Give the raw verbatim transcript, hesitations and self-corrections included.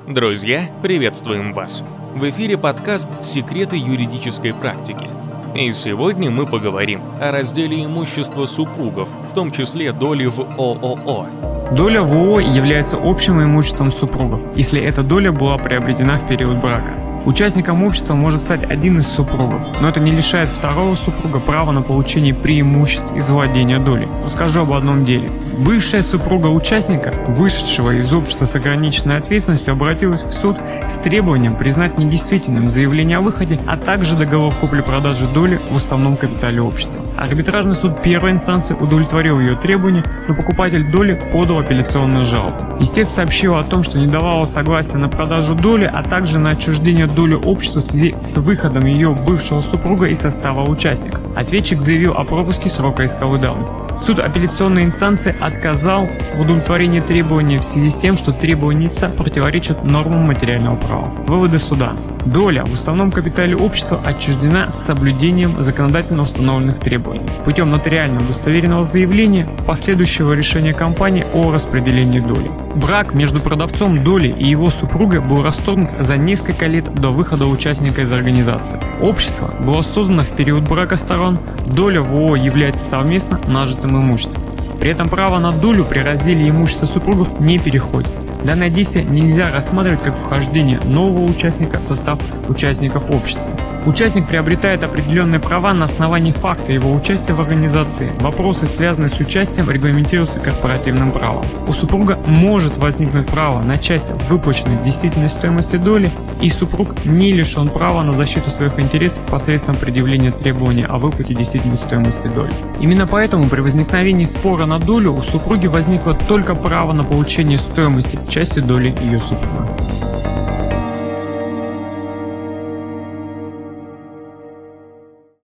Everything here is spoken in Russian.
Друзья, приветствуем вас! В эфире подкаст «Секреты юридической практики». И сегодня мы поговорим о разделе имущества супругов, в том числе доли в ООО. Доля в ООО является общим имуществом супругов, если эта доля была приобретена в период брака. Участником общества может стать один из супругов, но это не лишает второго супруга права на получение преимуществ из владения долей. Расскажу об одном деле. Бывшая супруга участника, вышедшего из общества с ограниченной ответственностью, обратилась в суд с требованием признать недействительным заявление о выходе, а также договор купли-продажи доли в уставном капитале общества. Арбитражный суд первой инстанции удовлетворил ее требования, но покупатель доли подал апелляционную жалобу. Истец сообщил о том, что не давала согласия на продажу доли, а также на отчуждение долю общества в связи с выходом ее бывшего супруга из состава участников. Ответчик заявил о пропуске срока исковой давности. Суд апелляционной инстанции отказал в удовлетворении требования в связи с тем, что требования истца противоречат нормам материального права. Выводы суда. Доля в уставном капитале общества отчуждена с соблюдением законодательно установленных требований путем нотариально удостоверенного заявления, последующего решения компании о распределении доли. Брак между продавцом доли и его супругой был расторгнут за несколько лет до выхода участника из организации. Общество было создано в период брака сторон, доля в ООО является совместно нажитым имуществом. При этом право на долю при разделе имущества супругов не переходит. Данное действие нельзя рассматривать как вхождение нового участника в состав участников общества. Участник приобретает определенные права на основании факта его участия в организации. Вопросы, связанные с участием, регламентируются корпоративным правом. У супруга может возникнуть право на часть выплаченной в действительной стоимости доли, и супруг не лишен права на защиту своих интересов посредством предъявления требования о выплате действительной стоимости доли. Именно поэтому при возникновении спора на долю у супруги возникло только право на получение стоимости части доли ее супруга.